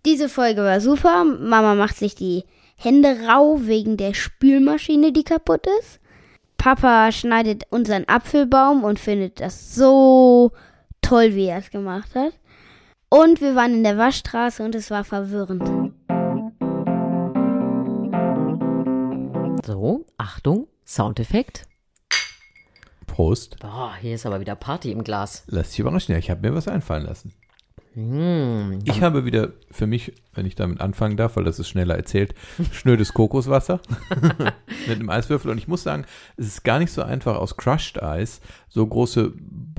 Diese Folge war super. Mama macht sich die Hände rau wegen der Spülmaschine, die kaputt ist. Papa schneidet unseren Apfelbaum und findet das so toll, wie er es gemacht hat. Und wir waren in der Waschstraße und es war verwirrend. So, Achtung, Soundeffekt. Prost. Boah, hier ist aber wieder Party im Glas. Lass dich überraschen. Ja, ich habe mir was einfallen lassen. Ich habe wieder für mich, wenn ich damit anfangen darf, weil das ist schneller erzählt, schnödes Kokoswasser mit einem Eiswürfel. Und ich muss sagen, es ist gar nicht so einfach, aus Crushed Eis so große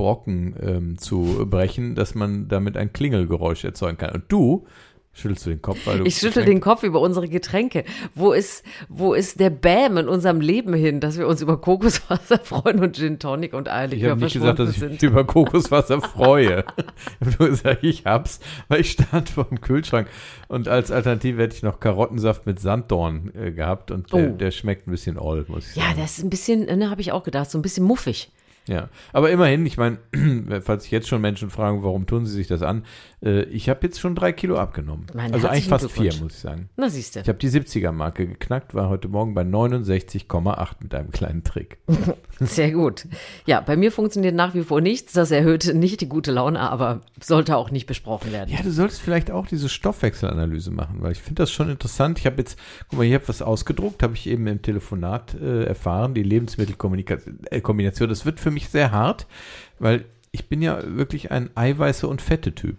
Brocken zu brechen, dass man damit ein Klingelgeräusch erzeugen kann. Und du schüttelst du den Kopf, weil du... Ich schüttel den Kopf über unsere Getränke. Wo ist der Bam in unserem Leben hin, dass wir uns über Kokoswasser freuen und Gin Tonic und Eierlikör Ich habe nicht gesagt, dass ich sind? mich über Kokoswasser freue. Ich habe nur gesagt, ich hab's, weil ich stand vor dem Kühlschrank und als Alternative hätte ich noch Karottensaft mit Sanddorn gehabt und der schmeckt ein bisschen old, muss ich sagen. Ja, das ist ein bisschen, habe ich auch gedacht, so ein bisschen muffig. Ja, aber immerhin, ich meine, falls sich jetzt schon Menschen fragen, warum tun sie sich das an, ich habe jetzt schon 3 Kilo abgenommen. Also eigentlich fast 4, muss ich sagen. Na, siehst du. Ich habe die 70er-Marke geknackt, war heute Morgen bei 69,8 mit einem kleinen Trick. Sehr gut. Ja, bei mir funktioniert nach wie vor nichts. Das erhöht nicht die gute Laune, aber sollte auch nicht besprochen werden. Ja, du solltest vielleicht auch diese Stoffwechselanalyse machen, weil ich finde das schon interessant. Ich habe jetzt, guck mal, ich habe was ausgedruckt, habe ich eben im Telefonat erfahren, die Lebensmittelkombination. Das wird für mich sehr hart, weil ich bin ja wirklich ein Eiweiße- und Fette-Typ.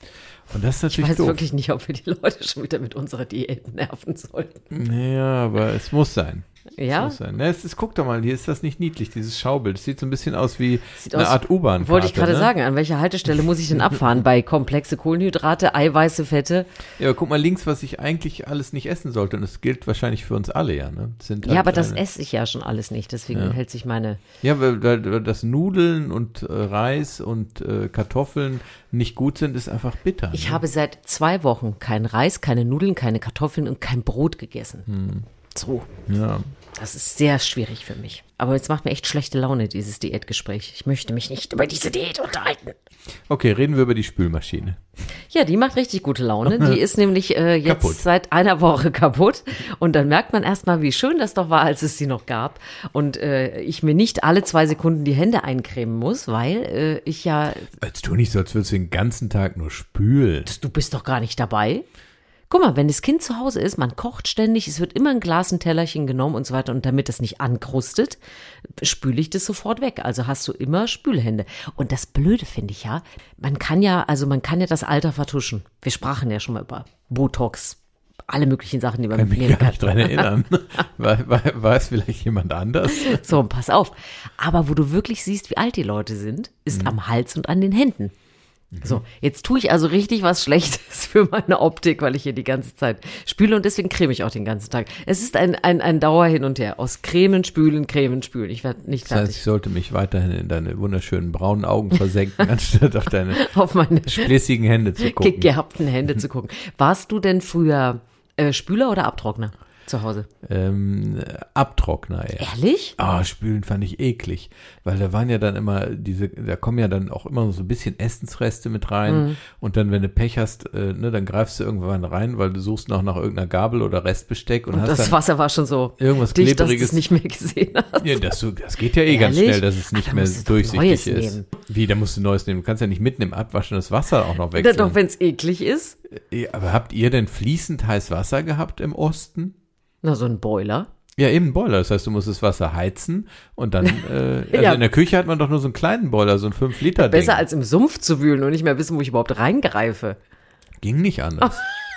Und das ist natürlich Ich weiß doof. wirklich nicht, ob wir die Leute schon wieder mit unserer Diät nerven sollten. Naja, aber es muss sein. Ja? Es muss sein. Ne, guck doch mal, hier ist das nicht niedlich, dieses Schaubild. Es sieht so ein bisschen aus wie eine Art U-Bahn-Karte. Wollte ich gerade ne? sagen, an welcher Haltestelle muss ich denn abfahren? Bei komplexe Kohlenhydrate, Eiweiße, Fette? Ja, aber guck mal links, was ich eigentlich alles nicht essen sollte. Und das gilt wahrscheinlich für uns alle, ja. Ne? Ja, aber das esse ich ja schon alles nicht. Deswegen hält sich meine... Ja, weil das Nudeln und Reis und Kartoffeln nicht gut sind, ist einfach bitter. Ich habe seit 2 Wochen kein Reis, keine Nudeln, keine Kartoffeln und kein Brot gegessen. So. Ja. Das ist sehr schwierig für mich. Aber jetzt macht mir echt schlechte Laune, dieses Diätgespräch. Ich möchte mich nicht über diese Diät unterhalten. Okay, reden wir über die Spülmaschine. Ja, die macht richtig gute Laune. Die ist nämlich jetzt Kaputt. seit einer Woche kaputt. Und dann merkt man erstmal, wie schön das doch war, als es sie noch gab. Und ich mir nicht alle 2 Sekunden die Hände eincremen muss, weil ich ja... Als tu nicht so, als würdest du den ganzen Tag nur spülen. Du bist doch gar nicht dabei. Guck mal, wenn das Kind zu Hause ist, man kocht ständig, es wird immer ein Glas, ein Tellerchen genommen und so weiter. Und damit das nicht ankrustet, spüle ich das sofort weg. Also hast du immer Spülhände. Und das Blöde finde ich ja, man kann ja das Alter vertuschen. Wir sprachen ja schon mal über Botox, alle möglichen Sachen, die man Kann mich mitnehmen gar nicht dran erinnern. War es vielleicht jemand anders? So, pass auf. Aber wo du wirklich siehst, wie alt die Leute sind, ist am Hals und an den Händen. So, jetzt tue ich also richtig was Schlechtes für meine Optik, weil ich hier die ganze Zeit spüle und deswegen creme ich auch den ganzen Tag. Es ist ein Dauer hin und her aus Cremen, Spülen. Ich werde nicht Das heißt, fertig. ich sollte mich weiterhin in deine wunderschönen braunen Augen versenken, anstatt auf deine Auf meine splissigen Hände zu gucken. gegerbten Hände zu gucken. Warst du denn früher Spüler oder Abtrockner zu Hause? Abtrockner, ey. Ehrlich? Spülen fand ich eklig, weil da waren ja dann immer da kommen ja dann auch immer so ein bisschen Essensreste mit rein und dann, wenn du Pech hast, dann greifst du irgendwann rein, weil du suchst noch nach irgendeiner Gabel oder Restbesteck und hast Das dann Wasser war schon so irgendwas dicht, dass du Klebriges. es nicht mehr gesehen hast. Ja, das geht ja ganz Ehrlich? schnell, dass es nicht Da mehr musst du doch durchsichtig Neues ist. nehmen. Wie, da musst du Neues nehmen? Du kannst ja nicht mitten im Abwaschen das Wasser auch noch Ja, wechseln. doch, wenn es eklig ist. Aber habt ihr denn fließend heiß Wasser gehabt im Osten? Na, so ein Boiler. Ja, eben ein Boiler. Das heißt, du musst das Wasser heizen und dann, Ja. in der Küche hat man doch nur so einen kleinen Boiler, so ein 5-Liter-Ding. Besser als im Sumpf zu wühlen und nicht mehr wissen, wo ich überhaupt reingreife. Ging nicht anders.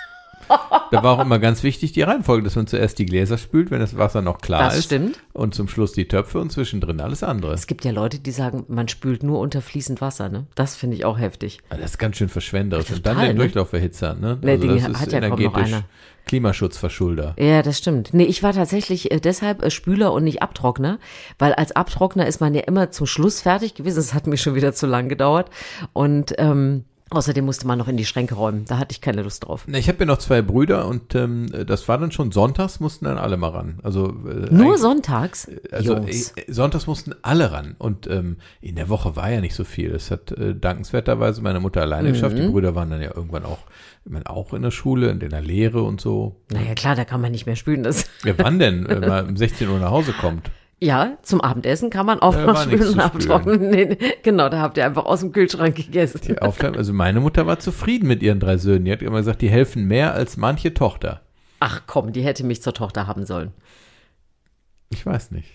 Da war auch immer ganz wichtig die Reihenfolge, dass man zuerst die Gläser spült, wenn das Wasser noch klar Das ist. stimmt. Und zum Schluss die Töpfe und zwischendrin alles andere. Es gibt ja Leute, die sagen, man spült nur unter fließend Wasser, ne? Das finde ich auch heftig. Das ist ganz schön verschwenderisch. Und dann Total, den ne? Durchlauferhitzer, ne? Ne, die das hat ist ja kaum noch energetisch einer. Klimaschutzverschulder. Ja, das stimmt. Nee, ich war tatsächlich deshalb Spüler und nicht Abtrockner, weil als Abtrockner ist man ja immer zum Schluss fertig gewesen. Das hat mir schon wieder zu lang gedauert. Und Außerdem musste man noch in die Schränke räumen. Da hatte ich keine Lust drauf. Ich habe ja noch 2 Brüder und das war dann schon sonntags, mussten dann alle mal ran. Also nur sonntags? Also sonntags mussten alle ran. Und in der Woche war ja nicht so viel. Das hat dankenswerterweise meine Mutter alleine geschafft. Die Brüder waren dann ja irgendwann auch in der Schule und in der Lehre und so. Naja, klar, da kann man nicht mehr spülen. Ja, wann denn? Wenn man um 16 Uhr nach Hause kommt. Ja, zum Abendessen kann man auch noch spülen und abtrocknen. Nee, genau, da habt ihr einfach aus dem Kühlschrank gegessen. Also meine Mutter war zufrieden mit ihren 3 Söhnen. Die hat immer gesagt, die helfen mehr als manche Tochter. Ach komm, die hätte mich zur Tochter haben sollen. Ich weiß nicht.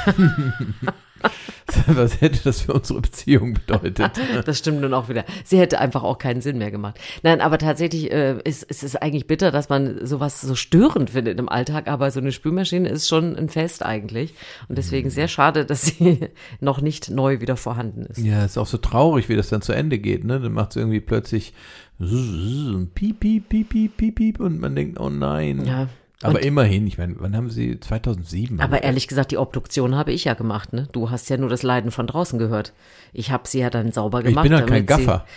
Was hätte das für unsere Beziehung bedeutet? Das stimmt nun auch wieder. Sie hätte einfach auch keinen Sinn mehr gemacht. Nein, aber tatsächlich ist es eigentlich bitter, dass man sowas so störend findet im Alltag, aber so eine Spülmaschine ist schon ein Fest eigentlich. Und deswegen sehr schade, dass sie noch nicht neu wieder vorhanden ist. Ja, ist auch so traurig, wie das dann zu Ende geht, ne? Dann macht es irgendwie plötzlich piep, piep, piep, piep, piep, piep und man denkt, oh nein. Ja. Aber immerhin, ich meine, wann haben sie, 2007? Aber ehrlich gesagt, die Obduktion habe ich ja gemacht, ne? Du hast ja nur das Leiden von draußen gehört. Ich habe sie ja dann sauber gemacht. Ich bin ja kein Gaffer.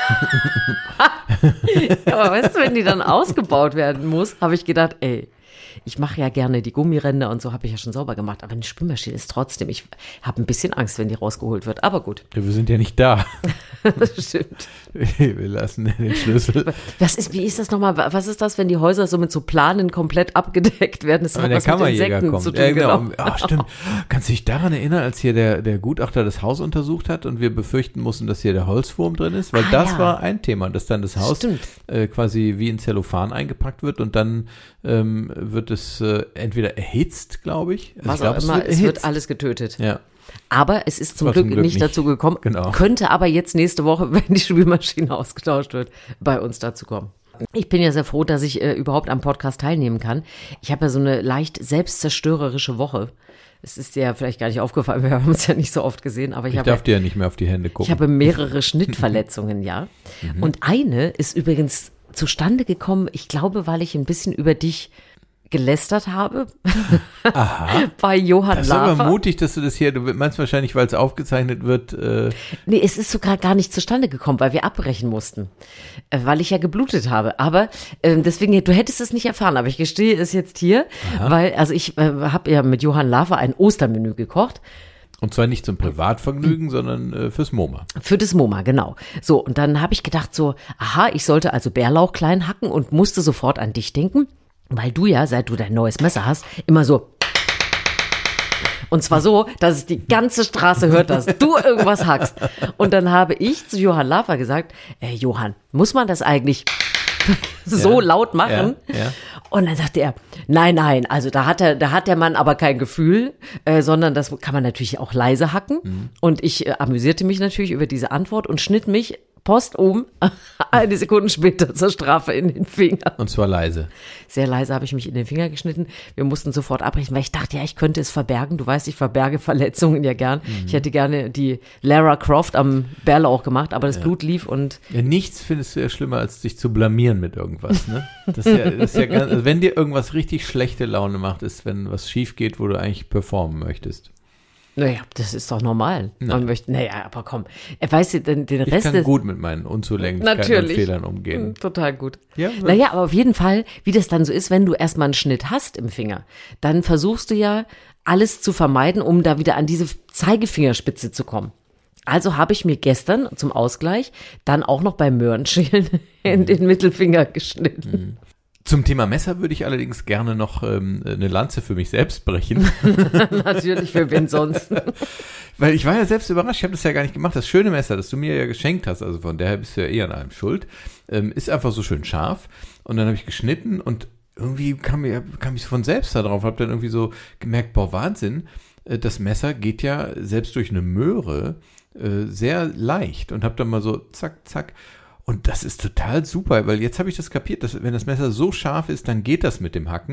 Aber weißt du, wenn die dann ausgebaut werden muss, habe ich gedacht, ey, ich mache ja gerne die Gummiränder und so habe ich ja schon sauber gemacht. Aber eine Spülmaschine ist trotzdem, ich habe ein bisschen Angst, wenn die rausgeholt wird. Aber gut. Ja, wir sind ja nicht da. Das stimmt. Wir lassen den Schlüssel. Wie ist das nochmal? Was ist das, wenn die Häuser so mit so Planen komplett abgedeckt werden? Das hat der was mit Kammerjäger Insekten kommt. zu tun. Genau. Ach, stimmt. Kannst du dich daran erinnern, als hier der Gutachter das Haus untersucht hat und wir befürchten mussten, dass hier der Holzwurm drin ist? Weil das war ein Thema, dass dann das Haus quasi wie in Zellophan eingepackt wird und dann wird es entweder erhitzt, glaube ich. Also was auch immer, es wird alles getötet. Ja. Aber es ist zum Glück nicht dazu gekommen. Genau. Könnte aber jetzt nächste Woche, wenn die Spülmaschine ausgetauscht wird, bei uns dazu kommen. Ich bin ja sehr froh, dass ich überhaupt am Podcast teilnehmen kann. Ich habe ja so eine leicht selbstzerstörerische Woche. Es ist dir ja vielleicht gar nicht aufgefallen, wir haben uns ja nicht so oft gesehen. Aber ich darf dir ja nicht mehr auf die Hände gucken. Ich habe mehrere Schnittverletzungen, ja. Und eine ist übrigens zustande gekommen, ich glaube, weil ich ein bisschen über dich gelästert habe. Aha. Bei Johann Lafer. Das ist aber mutig, dass du das hier, du meinst wahrscheinlich, weil es aufgezeichnet wird. Nee, es ist sogar gar nicht zustande gekommen, weil wir abbrechen mussten, weil ich ja geblutet habe. Aber deswegen, du hättest es nicht erfahren, aber ich gestehe es jetzt hier, weil, also ich habe ja mit Johann Lafer ein Ostermenü gekocht. Und zwar nicht zum Privatvergnügen, sondern fürs MoMA. Für das MoMA, genau. So, und dann habe ich gedacht so, aha, ich sollte also Bärlauch klein hacken und musste sofort an dich denken. Weil du ja, seit du dein neues Messer hast, immer so. Und zwar so, dass es die ganze Straße hört, dass du irgendwas hackst. Und dann habe ich zu Johann Lafer gesagt, Johann, muss man das eigentlich so laut machen? Ja. Und dann sagte er, nein, also da hat der Mann aber kein Gefühl, sondern das kann man natürlich auch leise hacken. Und ich amüsierte mich natürlich über diese Antwort und schnitt mich Post oben, eine Sekunde später zur Strafe in den Finger. Und zwar leise. Sehr leise habe ich mich in den Finger geschnitten. Wir mussten sofort abbrechen, weil ich dachte, ja, ich könnte es verbergen. Du weißt, ich verberge Verletzungen ja gern. Ich hätte gerne die Lara Croft am Bärlauch gemacht, aber das Blut lief und... Ja, nichts findest du ja schlimmer, als dich zu blamieren mit irgendwas, ne? Das ist ja ganz, also wenn dir irgendwas richtig schlechte Laune macht, ist, wenn was schief geht, wo du eigentlich performen möchtest. Naja, das ist doch normal. Man möchte, aber komm. Weißt du, den Rest... Ich kann gut mit meinen Unzulänglichkeiten und Fehlern umgehen. Total gut. Ja, naja, aber auf jeden Fall, wie das dann so ist, wenn du erstmal einen Schnitt hast im Finger, dann versuchst du ja, alles zu vermeiden, um da wieder an diese Zeigefingerspitze zu kommen. Also habe ich mir gestern zum Ausgleich dann auch noch beim Möhrenschälen in den Mittelfinger geschnitten. Zum Thema Messer würde ich allerdings gerne noch eine Lanze für mich selbst brechen. Natürlich, für wen sonst? Weil ich war ja selbst überrascht, ich habe das ja gar nicht gemacht. Das schöne Messer, das du mir ja geschenkt hast, also von daher bist du ja eher an allem schuld, ist einfach so schön scharf. Und dann habe ich geschnitten und irgendwie kam ich von selbst da drauf, habe dann irgendwie so gemerkt, boah, Wahnsinn, das Messer geht ja selbst durch eine Möhre sehr leicht und habe dann mal so zack, zack. Und das ist total super, weil jetzt habe ich das kapiert, dass wenn das Messer so scharf ist, dann geht das mit dem Hacken.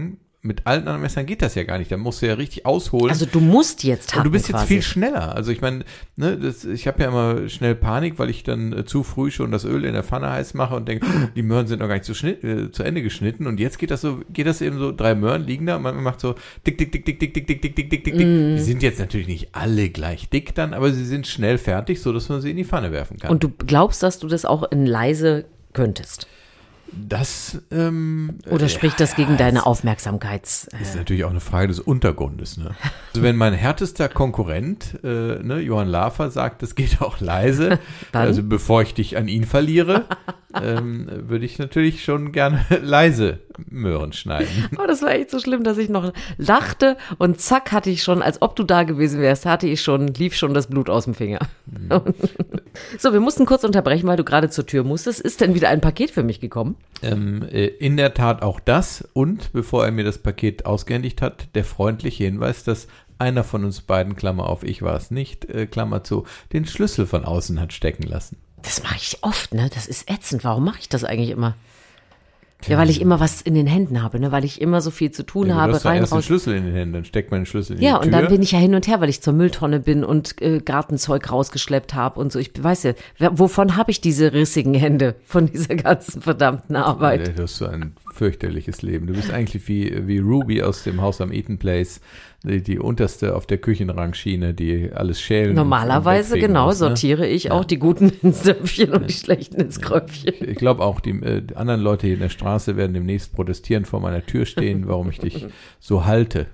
mit allen anderen Messern geht das ja gar nicht. Da musst du ja richtig ausholen. Also du musst jetzt hacken. Und du bist jetzt quasi viel schneller. Also ich meine, ne, ich habe ja immer schnell Panik, weil ich dann zu früh schon das Öl in der Pfanne heiß mache und denke, die Möhren sind noch gar nicht zu Ende geschnitten. Und jetzt geht das eben so, 3 Möhren liegen da und man macht so dick, dick, dick, dick, dick, dick, dick, dick, dick, dick, dick. Die sind jetzt natürlich nicht alle gleich dick dann, aber sie sind schnell fertig, so dass man sie in die Pfanne werfen kann. Und du glaubst, dass du das auch in leise könntest? Das Oder spricht das gegen deine Aufmerksamkeits... Das ist natürlich auch eine Frage des Untergrundes. Ne? Also wenn mein härtester Konkurrent, Johann Lafer, sagt, das geht auch leise, also bevor ich dich an ihn verliere, würde ich natürlich schon gerne leise Möhren schneiden. Oh, das war echt so schlimm, dass ich noch lachte und zack hatte ich schon, als ob du da gewesen wärst, lief schon das Blut aus dem Finger. So, wir mussten kurz unterbrechen, weil du gerade zur Tür musstest. Ist denn wieder ein Paket für mich gekommen? In der Tat auch das. Und bevor er mir das Paket ausgehändigt hat, der freundliche Hinweis, dass einer von uns beiden, Klammer auf, ich war es nicht, Klammer zu, den Schlüssel von außen hat stecken lassen. Das mache ich oft, ne? Das ist ätzend. Warum mache ich das eigentlich immer? Ja, weil ich immer was in den Händen habe, ne? Weil ich immer so viel zu tun habe. Du hast erst den Schlüssel in den Händen, dann steckt man den Schlüssel in die Tür. Ja, und dann bin ich ja hin und her, weil ich zur Mülltonne bin und Gartenzeug rausgeschleppt habe und so. Ich weiß ja, wovon habe ich diese rissigen Hände? Von dieser ganzen verdammten Arbeit. Du hast so ein fürchterliches Leben. Du bist eigentlich wie Ruby aus dem Haus am Eaton Place, die unterste auf der Küchenrangschiene, die alles schälen. Normalerweise, genau, muss, ne? Sortiere ich auch die Guten ins Söpfchen und die Schlechten ins Kröpfchen. Ich glaube auch, die anderen Leute hier in der Straße werden demnächst protestieren, vor meiner Tür stehen, warum ich dich so halte.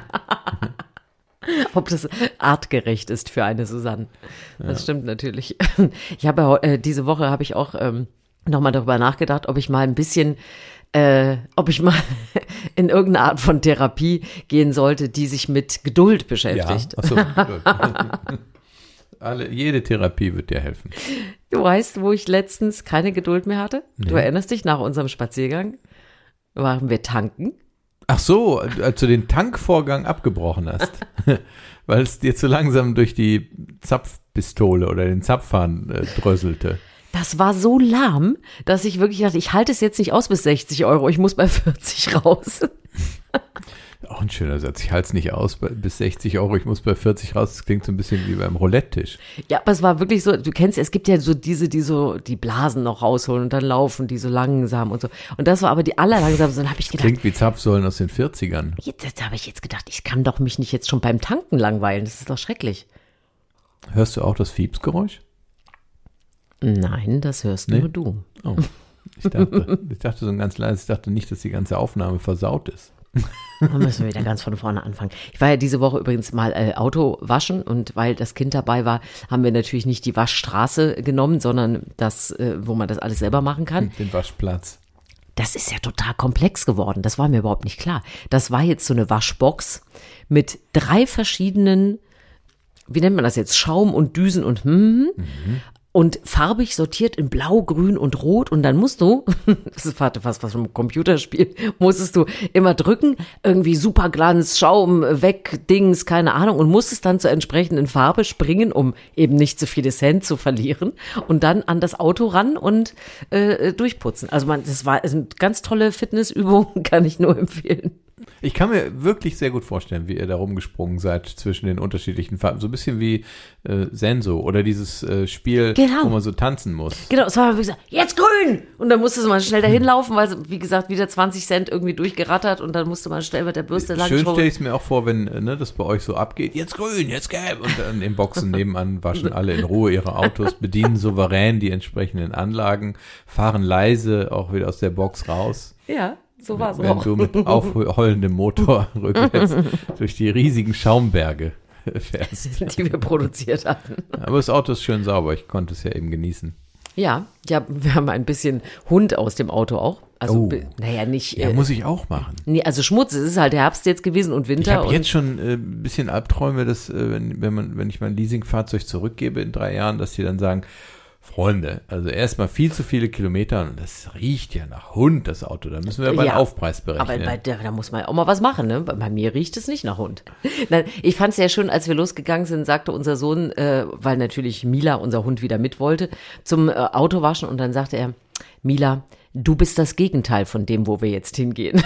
Ob das artgerecht ist für eine Susanne. Das stimmt natürlich. Ich habe diese Woche habe ich auch nochmal darüber nachgedacht, ob ich mal ein bisschen in irgendeine Art von Therapie gehen sollte, die sich mit Geduld beschäftigt. Ja, jede Therapie wird dir helfen. Du weißt, wo ich letztens keine Geduld mehr hatte? Nee. Du erinnerst dich, nach unserem Spaziergang waren wir tanken. Ach so, als du den Tankvorgang abgebrochen hast, weil es dir zu langsam durch die Zapfpistole oder den Zapfhahn dröselte. Das war so lahm, dass ich wirklich dachte, ich halte es jetzt nicht aus bis 60 €, ich muss bei 40 raus. Auch ein schöner Satz, ich halte es nicht aus bis 60 €, ich muss bei 40 raus. Das klingt so ein bisschen wie beim Roulette-Tisch. Ja, aber es war wirklich so, du kennst, es gibt ja so diese, die Blasen noch rausholen und dann laufen die so langsam und so. Und das war aber die allerlangsamste. Dann habe ich gedacht, klingt wie Zapfsäulen aus den 40ern. Jetzt habe ich jetzt gedacht, ich kann doch mich nicht jetzt schon beim Tanken langweilen, das ist doch schrecklich. Hörst du auch das Fiepsgeräusch? Nein, das hörst nur du. Oh, ich dachte so ein ganz leise, ich dachte nicht, dass die ganze Aufnahme versaut ist. Dann müssen wir wieder ganz von vorne anfangen. Ich war ja diese Woche übrigens mal Auto waschen und weil das Kind dabei war, haben wir natürlich nicht die Waschstraße genommen, sondern das, wo man das alles selber machen kann. Den Waschplatz. Das ist ja total komplex geworden. Das war mir überhaupt nicht klar. Das war jetzt so eine Waschbox mit 3 verschiedenen, wie nennt man das jetzt, Schaum und Düsen und und farbig sortiert in Blau, Grün und Rot und dann musst du, das ist fast was vom Computerspiel, musstest du immer drücken, irgendwie Superglanz, Schaum, weg, Dings, keine Ahnung und musstest dann zur entsprechenden Farbe springen, um eben nicht so viele Cent zu verlieren und dann an das Auto ran und durchputzen. Also das war eine ganz tolle Fitnessübung, kann ich nur empfehlen. Ich kann mir wirklich sehr gut vorstellen, wie ihr da rumgesprungen seid zwischen den unterschiedlichen Farben. So ein bisschen wie Senso oder dieses Spiel, wo man so tanzen muss. Genau, es war wie gesagt, jetzt grün! Und dann musste man schnell dahin laufen, weil, wie gesagt, wieder 20 Cent irgendwie durchgerattert und dann musste man schnell mit der Bürste lang. Schön stelle ich es mir auch vor, wenn das bei euch so abgeht. Jetzt grün, jetzt gelb. Und dann in Boxen nebenan waschen alle in Ruhe ihre Autos, bedienen souverän die entsprechenden Anlagen, fahren leise auch wieder aus der Box raus. Ja. So war es auch. Wenn du mit aufheulendem Motor rückwärts durch die riesigen Schaumberge fährst. Die wir produziert hatten. Aber das Auto ist schön sauber, ich konnte es ja eben genießen. Ja, wir haben ein bisschen Hund aus dem Auto auch. Also, naja, nicht. Ja, muss ich auch machen. Nee, also Schmutz, es ist halt Herbst jetzt gewesen und Winter. Ich habe jetzt schon ein bisschen Albträume, dass, wenn ich mein Leasingfahrzeug zurückgebe in 3 Jahren, dass die dann sagen, Freunde, also erstmal viel zu viele Kilometer und das riecht ja nach Hund, das Auto. Da müssen wir aber einen Aufpreis berechnen. Aber da muss man ja auch mal was machen, ne? Bei mir riecht es nicht nach Hund. Nein, ich fand es sehr schön, als wir losgegangen sind, sagte unser Sohn, weil natürlich Mila, unser Hund, wieder mit wollte, zum Autowaschen und dann sagte er, Mila, Du bist das Gegenteil von dem, wo wir jetzt hingehen.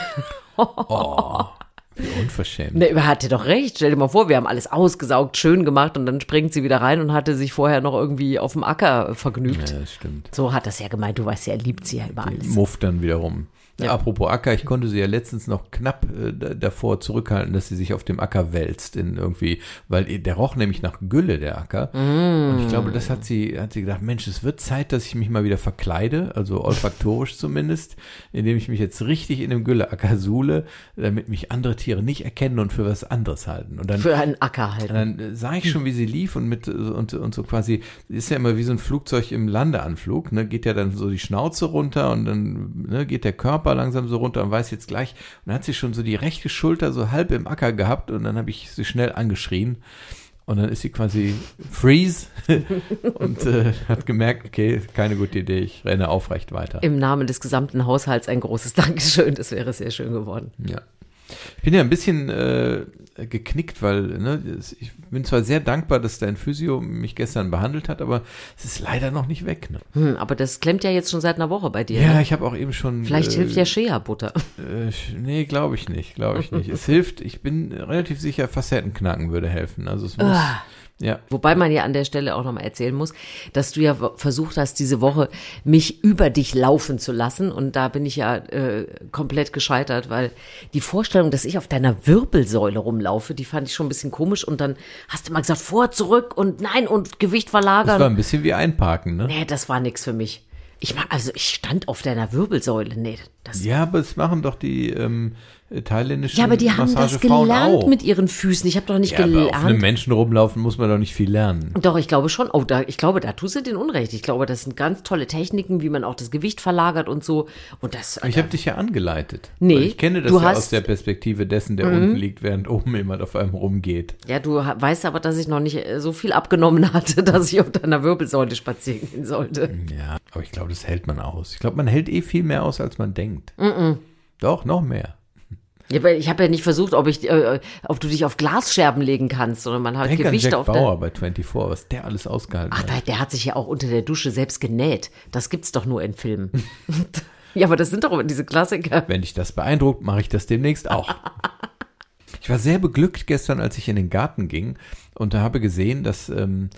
Oh, wie unverschämt. Ne, er hatte doch recht. Stell dir mal vor, wir haben alles ausgesaugt, schön gemacht und dann springt sie wieder rein und hatte sich vorher noch irgendwie auf dem Acker vergnügt. Ja, das stimmt. So hat das ja gemeint. Du weißt ja, er liebt sie ja über alles. Die Muff dann wiederum. Ja. Apropos Acker, ich konnte sie ja letztens noch knapp davor zurückhalten, dass sie sich auf dem Acker wälzt in irgendwie, weil der roch nämlich nach Gülle, der Acker. Und ich glaube, das hat sie gedacht, Mensch, es wird Zeit, dass ich mich mal wieder verkleide, also olfaktorisch zumindest, indem ich mich jetzt richtig in dem Gülleacker suhle, damit mich andere Tiere nicht erkennen und für was anderes halten. Und dann, Für einen Acker halten. und dann sah ich schon, wie sie lief und so quasi, ist ja immer wie so ein Flugzeug im Landeanflug, ne, geht ja dann so die Schnauze runter und dann geht der Körper langsam so runter und weiß jetzt gleich, und dann hat sie schon so die rechte Schulter so halb im Acker gehabt und dann habe ich sie schnell angeschrien und dann ist sie quasi freeze und hat gemerkt, okay, keine gute Idee, ich renne aufrecht weiter. Im Namen des gesamten Haushalts ein großes Dankeschön, das wäre sehr schön geworden. Ja. Ich bin ja ein bisschen geknickt, weil ich bin zwar sehr dankbar, dass dein Physio mich gestern behandelt hat, aber es ist leider noch nicht weg. Ne? Aber das klemmt ja jetzt schon seit einer Woche bei dir. Ja, ne? ich habe auch eben schon... Vielleicht hilft ja Shea-Butter. Nee, glaube ich nicht. Es hilft, ich bin relativ sicher, Facettenknacken würde helfen. Also es muss... Ja. Wobei man ja an der Stelle auch nochmal erzählen muss, dass du ja versucht hast, diese Woche mich über dich laufen zu lassen. Und da bin ich ja komplett gescheitert, weil die Vorstellung, dass ich auf deiner Wirbelsäule rumlaufe, die fand ich schon ein bisschen komisch. Und dann hast du mal gesagt, vor, zurück und nein und Gewicht verlagern. Das war ein bisschen wie einparken, ne? Nee, das war nix für mich. Ich stand auf deiner Wirbelsäule. Nee, das. Ja, aber es machen doch die thailändischen Ja, aber die haben das Massagefrauen gelernt auch. mit ihren Füßen. Ich habe doch nicht Ja, aber gelernt. auf einem Menschen rumlaufen muss man doch nicht viel lernen. Doch, ich glaube schon. Oh, ich glaube, da tust du den Unrecht. Ich glaube, das sind ganz tolle Techniken, wie man auch das Gewicht verlagert und so. Und das. Ich habe dich ja angeleitet. Nee, Weil ich kenne das du ja hast- aus der Perspektive dessen, der unten liegt, während oben jemand auf einem rumgeht. Ja, du weißt aber, dass ich noch nicht so viel abgenommen hatte, dass ich auf deiner Wirbelsäule spazieren gehen sollte. Ja, aber ich glaube, das hält man aus. Ich glaube, man hält viel mehr aus, als man denkt. Doch, noch mehr. Ja, aber ich habe ja nicht versucht, ob du dich auf Glasscherben legen kannst, sondern man hat Denk an Gewichte Jack auf Bauer bei 24, was der alles ausgehalten Ach, hat. der hat sich ja auch unter der Dusche selbst genäht. Das gibt's doch nur in Filmen. Ja, aber das sind doch immer diese Klassiker. Wenn dich das beeindruckt, mache ich das demnächst auch. Ich war sehr beglückt gestern, als ich in den Garten ging und da habe gesehen, dass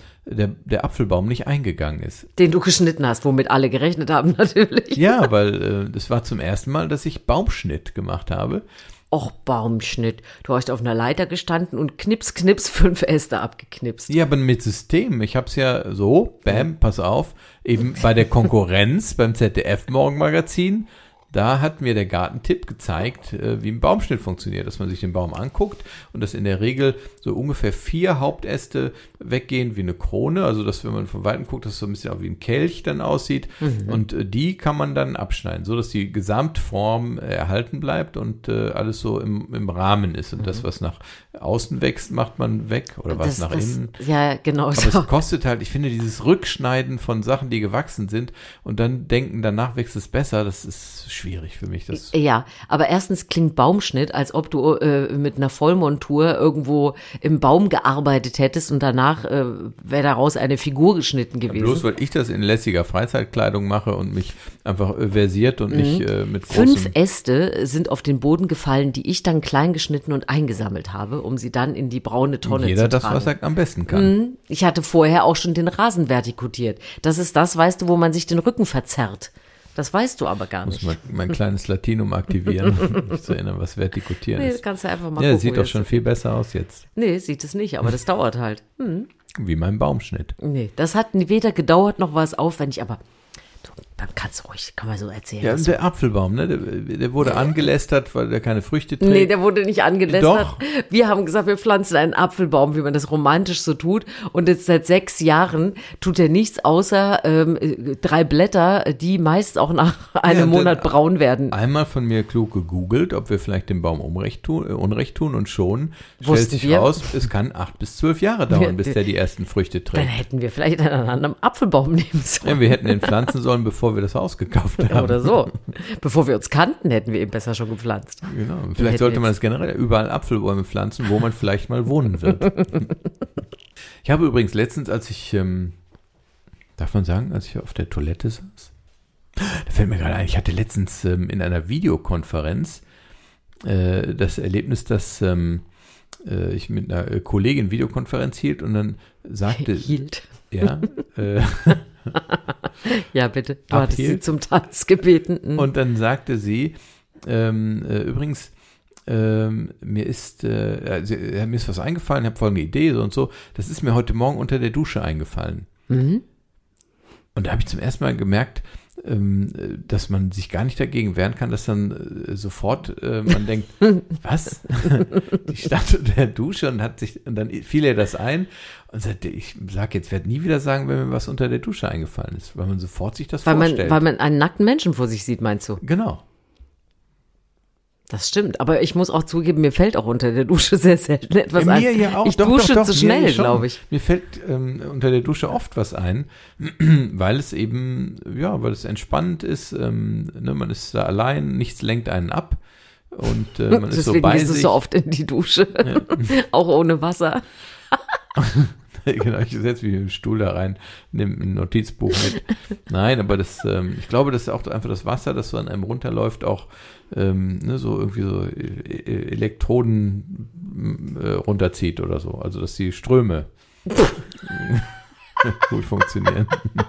der Apfelbaum nicht eingegangen ist. Den du geschnitten hast, womit alle gerechnet haben natürlich. Ja, weil das war zum ersten Mal, dass ich Baumschnitt gemacht habe. Och, Baumschnitt. Du hast auf einer Leiter gestanden und knips, knips 5 Äste abgeknipst. Ja, aber mit System. Ich habe es ja so, bam, pass auf, eben bei der Konkurrenz, beim ZDF-Morgenmagazin, da hat mir der Gartentipp gezeigt, wie ein Baumschnitt funktioniert, dass man sich den Baum anguckt und dass in der Regel so ungefähr 4 Hauptäste weggehen wie eine Krone, also dass, wenn man von Weitem guckt, dass es so ein bisschen auch wie ein Kelch dann aussieht und die kann man dann abschneiden, so dass die Gesamtform erhalten bleibt und alles so im Rahmen ist und das, was nach außen wächst, macht man weg oder was nach innen. Ja, genau Aber so. es kostet halt, ich finde, dieses Rückschneiden von Sachen, die gewachsen sind und dann denken, danach wächst es besser, das ist schwierig für mich. Das Ja, aber erstens klingt Baumschnitt, als ob du mit einer Vollmontur irgendwo im Baum gearbeitet hättest und danach wäre daraus eine Figur geschnitten gewesen. bloß weil ich das in lässiger Freizeitkleidung mache und mich einfach versiert und nicht mit 5 großem... Äste sind auf den Boden gefallen, die ich dann klein geschnitten und eingesammelt habe, um sie dann in die braune Tonne Jeder zu das, tragen. was er am besten kann. Ich hatte vorher auch schon den Rasen vertikutiert. Das ist das, weißt du, wo man sich den Rücken verzerrt. Das weißt du aber gar Muss nicht. mal mein kleines Latinum aktivieren, um mich zu erinnern, was Vertikutieren Nee, das ist. kannst du einfach mal Ja, gucken. sieht wie doch das- schon viel besser aus jetzt, Nee, sieht es nicht, aber das dauert halt. wie mein Baumschnitt. Nee, das hat weder gedauert noch war es aufwendig, aber du, dann kannst du ruhig, kann man so erzählen. Ja, was der Apfelbaum, ne? Der wurde angelästert, weil der keine Früchte trägt. Nee, der wurde nicht angelästert. Doch. Wir haben gesagt, wir pflanzen einen Apfelbaum, wie man das romantisch so tut. Und jetzt seit 6 Jahren tut er nichts außer 3 Blätter, die meist auch nach einem und Monat braun werden. Einmal von mir klug gegoogelt, ob wir vielleicht dem Baum Unrecht tun und schon stellt Wussten sich wir? raus, es kann 8 bis 12 Jahre dauern, bis der die ersten Früchte Dann trägt. hätten wir vielleicht einen anderen Apfelbaum nehmen sollen. Ja, wir hätten den pflanzen sollen, bevor wir das Haus gekauft haben. Oder so. Bevor wir uns kannten, hätten wir ihn besser schon gepflanzt. Genau. hätten Vielleicht sollte man jetzt- das generell überall Apfelbäume pflanzen, wo man vielleicht mal wohnen wird. Ich habe übrigens letztens, als ich, darf man sagen, als ich auf der Toilette saß, da fällt mir gerade ein, ich hatte letztens in einer Videokonferenz das Erlebnis, dass ich mit einer Kollegin Videokonferenz hielt und dann sagte... Ja. Ja, bitte. Du hattest sie zum Tanz gebeten. Und dann sagte sie, übrigens, mir ist was eingefallen, ich habe folgende Idee, so und so. Das ist mir heute Morgen unter der Dusche eingefallen. Und da habe ich zum ersten Mal gemerkt, dass man sich gar nicht dagegen wehren kann, dass dann sofort man denkt, was? Die stand unter der Dusche und dann fiel ihr das ein und sagte, ich werde nie wieder sagen, wenn mir was unter der Dusche eingefallen ist, weil man sofort sich das vorstellt. Weil man einen nackten Menschen vor sich sieht, meinst du? Genau. Das stimmt, aber ich muss auch zugeben, mir fällt auch unter der Dusche sehr selten etwas ein. Mir ja auch. Ich dusche zu schnell, glaube ich. Mir fällt unter der Dusche oft was ein, weil es eben, weil es entspannend ist. Man ist da allein, nichts lenkt einen ab und man ist so bei sich. Deswegen gehst du so oft in die Dusche, auch ohne Wasser. Genau, ich setze mich im Stuhl da rein, nehme ein Notizbuch mit. Nein, aber ich glaube, dass auch einfach das Wasser, das so an einem runterläuft, auch so irgendwie so Elektroden runterzieht oder so. Also, dass die Ströme gut funktionieren.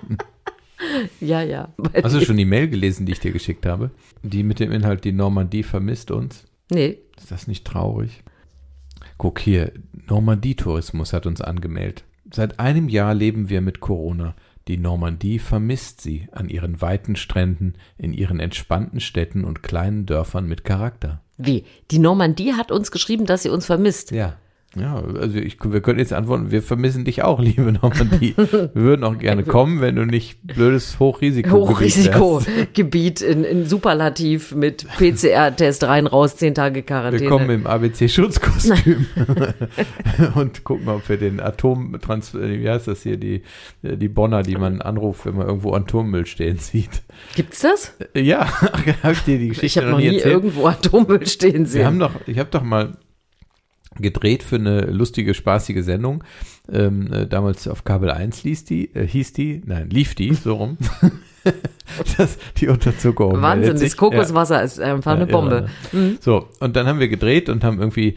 Ja. Hast du schon die Mail gelesen, die ich dir geschickt habe? Die mit dem Inhalt, die Normandie vermisst uns? Nee. Ist das nicht traurig? Guck hier, Normandie-Tourismus hat uns angemeldet. Seit einem Jahr leben wir mit Corona. Die Normandie vermisst sie an ihren weiten Stränden, in ihren entspannten Städten und kleinen Dörfern mit Charakter. Wie? Die Normandie hat uns geschrieben, dass sie uns vermisst? Ja. Ja, also wir können jetzt antworten, wir vermissen dich auch, liebe Normandie. Wir würden auch gerne kommen, wenn du nicht blödes Hochrisikogebiet in Superlativ mit PCR-Test rein, raus, 10 Tage Quarantäne. Wir kommen im ABC-Schutzkostüm und gucken mal, ob wir den wie heißt das hier, die Bonner, die man anruft, wenn man irgendwo Atommüll stehen sieht. Gibt's das? Ja, habe ich dir die Geschichte noch nie erzählt? Irgendwo Atommüll stehen sehen. Ich habe doch mal gedreht für eine lustige, spaßige Sendung. Damals auf Kabel 1 lief die, so rum. Die Unterzuckerung. Wahnsinn, das Kokoswasser ist einfach eine Bombe. So, und dann haben wir gedreht und haben irgendwie,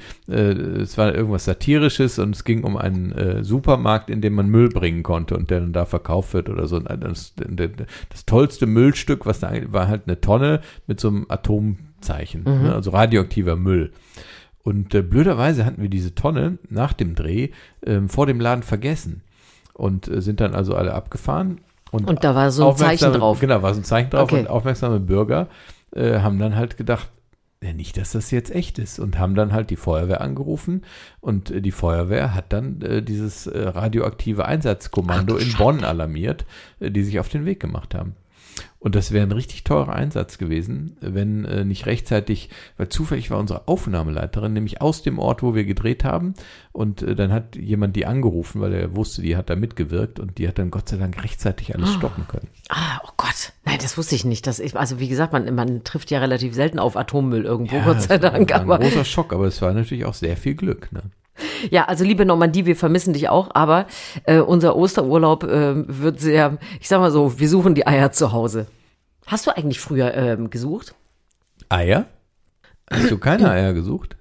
es war irgendwas Satirisches und es ging um einen Supermarkt, in dem man Müll bringen konnte und der dann da verkauft wird oder so. Und das tollste Müllstück, was da war, halt eine Tonne mit so einem Atomzeichen, also radioaktiver Müll. Und blöderweise hatten wir diese Tonne nach dem Dreh vor dem Laden vergessen und sind dann also alle abgefahren. Und da war so ein Zeichen drauf. Genau, war so ein Zeichen drauf. Okay. Und aufmerksame Bürger haben dann halt gedacht, nicht, dass das jetzt echt ist. Und haben dann halt die Feuerwehr angerufen. Und die Feuerwehr hat dann dieses radioaktive Einsatzkommando in Bonn alarmiert, die sich auf den Weg gemacht haben. Und das wäre ein richtig teurer Einsatz gewesen, wenn nicht rechtzeitig, weil zufällig war unsere Aufnahmeleiterin nämlich aus dem Ort, wo wir gedreht haben. Und dann hat jemand die angerufen, weil er wusste, die hat da mitgewirkt und die hat dann Gott sei Dank rechtzeitig alles stoppen können. Oh Gott. Nein, das wusste ich nicht. Also wie gesagt, man trifft ja relativ selten auf Atommüll irgendwo, Ja, Gott sei Dank. Das war ein großer Schock, aber es war natürlich auch sehr viel Glück, ne? Ja, also liebe Normandie, wir vermissen dich auch, aber unser Osterurlaub wird sehr, ich sag mal so, wir suchen die Eier zu Hause. Hast du eigentlich früher gesucht? Eier? Hast du keine Eier gesucht?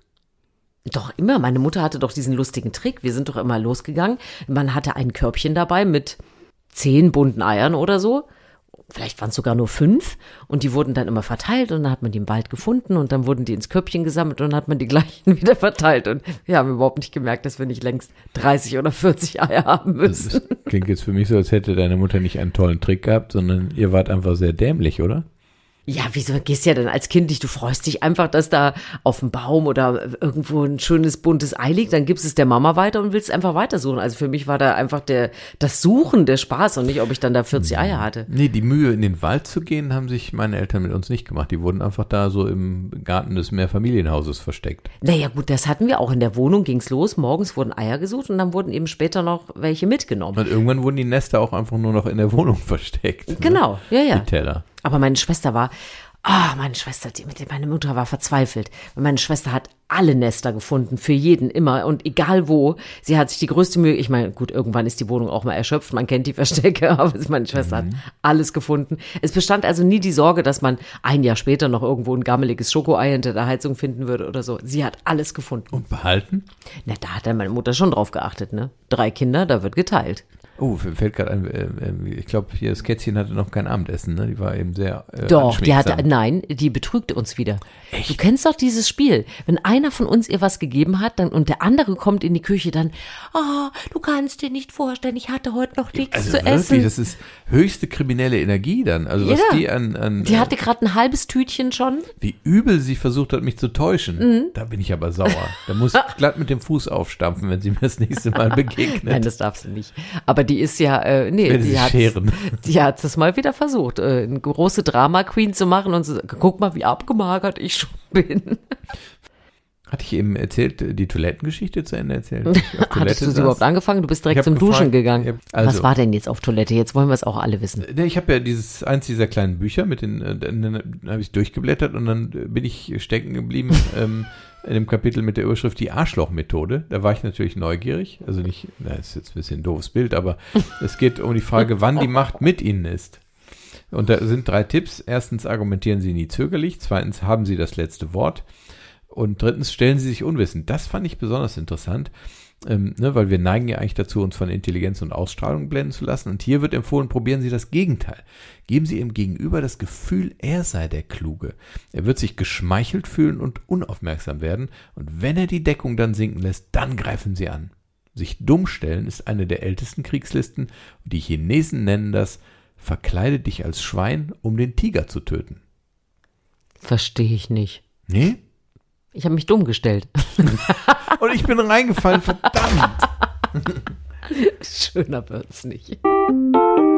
Doch, immer. Meine Mutter hatte doch diesen lustigen Trick. Wir sind doch immer losgegangen. Man hatte ein Körbchen dabei mit 10 bunten Eiern oder so. Vielleicht waren es sogar nur 5 und die wurden dann immer verteilt und dann hat man die im Wald gefunden und dann wurden die ins Körbchen gesammelt und dann hat man die gleichen wieder verteilt und wir haben überhaupt nicht gemerkt, dass wir nicht längst 30 oder 40 Eier haben müssen. Das klingt jetzt für mich so, als hätte deine Mutter nicht einen tollen Trick gehabt, sondern ihr wart einfach sehr dämlich, oder? Ja, wieso gehst du ja denn als Kind nicht? Du freust dich einfach, dass da auf dem Baum oder irgendwo ein schönes buntes Ei liegt, dann gibst es der Mama weiter und willst einfach weitersuchen. Also für mich war da einfach das Suchen der Spaß und nicht, ob ich dann da 40 Eier hatte. Nee, die Mühe in den Wald zu gehen, haben sich meine Eltern mit uns nicht gemacht. Die wurden einfach da so im Garten des Mehrfamilienhauses versteckt. Naja gut, das hatten wir auch. In der Wohnung ging's los, morgens wurden Eier gesucht und dann wurden eben später noch welche mitgenommen. Und irgendwann wurden die Nester auch einfach nur noch in der Wohnung versteckt. Genau, ne? ja. Die Teller. Aber meine Schwester war Meine Schwester, meine Mutter war verzweifelt. Meine Schwester hat alle Nester gefunden, für jeden immer und egal wo. Sie hat sich die größte Mühe, ich meine, gut, irgendwann ist die Wohnung auch mal erschöpft, man kennt die Verstecke, aber meine Schwester hat alles gefunden. Es bestand also nie die Sorge, dass man ein Jahr später noch irgendwo ein gammeliges Schokoei hinter der Heizung finden würde oder so. Sie hat alles gefunden. Und behalten? Na, da hat dann meine Mutter schon drauf geachtet, ne? 3 Kinder, da wird geteilt. Oh, fällt gerade ein, ich glaube, hier das Kätzchen hatte noch kein Abendessen, ne? Die war eben sehr Doch, die betrügte uns wieder. Echt? Du kennst doch dieses Spiel. Wenn einer von uns ihr was gegeben hat und der andere kommt in die Küche, dann, du kannst dir nicht vorstellen, ich hatte heute noch nichts also zu wirklich, essen. Das ist höchste kriminelle Energie dann. Also was die Die hatte gerade ein halbes Tütchen schon. wie übel sie versucht hat, mich zu täuschen. Da bin ich aber sauer. Da muss ich glatt mit dem Fuß aufstampfen, wenn sie mir das nächste Mal begegnet. Nein, das darfst du nicht. Aber die ist ja, die hat es mal wieder versucht, eine große Drama-Queen zu machen und so, guck mal, wie abgemagert ich schon bin. Hatte ich eben erzählt, die Toilettengeschichte zu Ende erzählt? Hattest du sie überhaupt angefangen? Du bist direkt zum Duschen gegangen. Also, was war denn jetzt auf Toilette? Jetzt wollen wir es auch alle wissen. Ich habe ja eins dieser kleinen Bücher dann habe ich durchgeblättert und dann bin ich stecken geblieben in dem Kapitel mit der Überschrift Die Arschloch-Methode. Da war ich natürlich neugierig. Also nicht, das ist jetzt ein bisschen ein doofes Bild, aber es geht um die Frage, wann die Macht mit Ihnen ist. Und da sind 3 Tipps. Erstens, argumentieren Sie nie zögerlich. Zweitens, haben Sie das letzte Wort. Und drittens, stellen Sie sich unwissend. Das fand ich besonders interessant, weil wir neigen ja eigentlich dazu, uns von Intelligenz und Ausstrahlung blenden zu lassen. Und hier wird empfohlen, probieren Sie das Gegenteil. Geben Sie Ihrem Gegenüber das Gefühl, er sei der Kluge. Er wird sich geschmeichelt fühlen und unaufmerksam werden. Und wenn er die Deckung dann sinken lässt, dann greifen Sie an. Sich dumm stellen ist eine der ältesten Kriegslisten. Und die Chinesen nennen das, verkleide dich als Schwein, um den Tiger zu töten. Verstehe ich nicht. Nee? Ich habe mich dumm gestellt. Und ich bin reingefallen, verdammt. Schöner wird's nicht.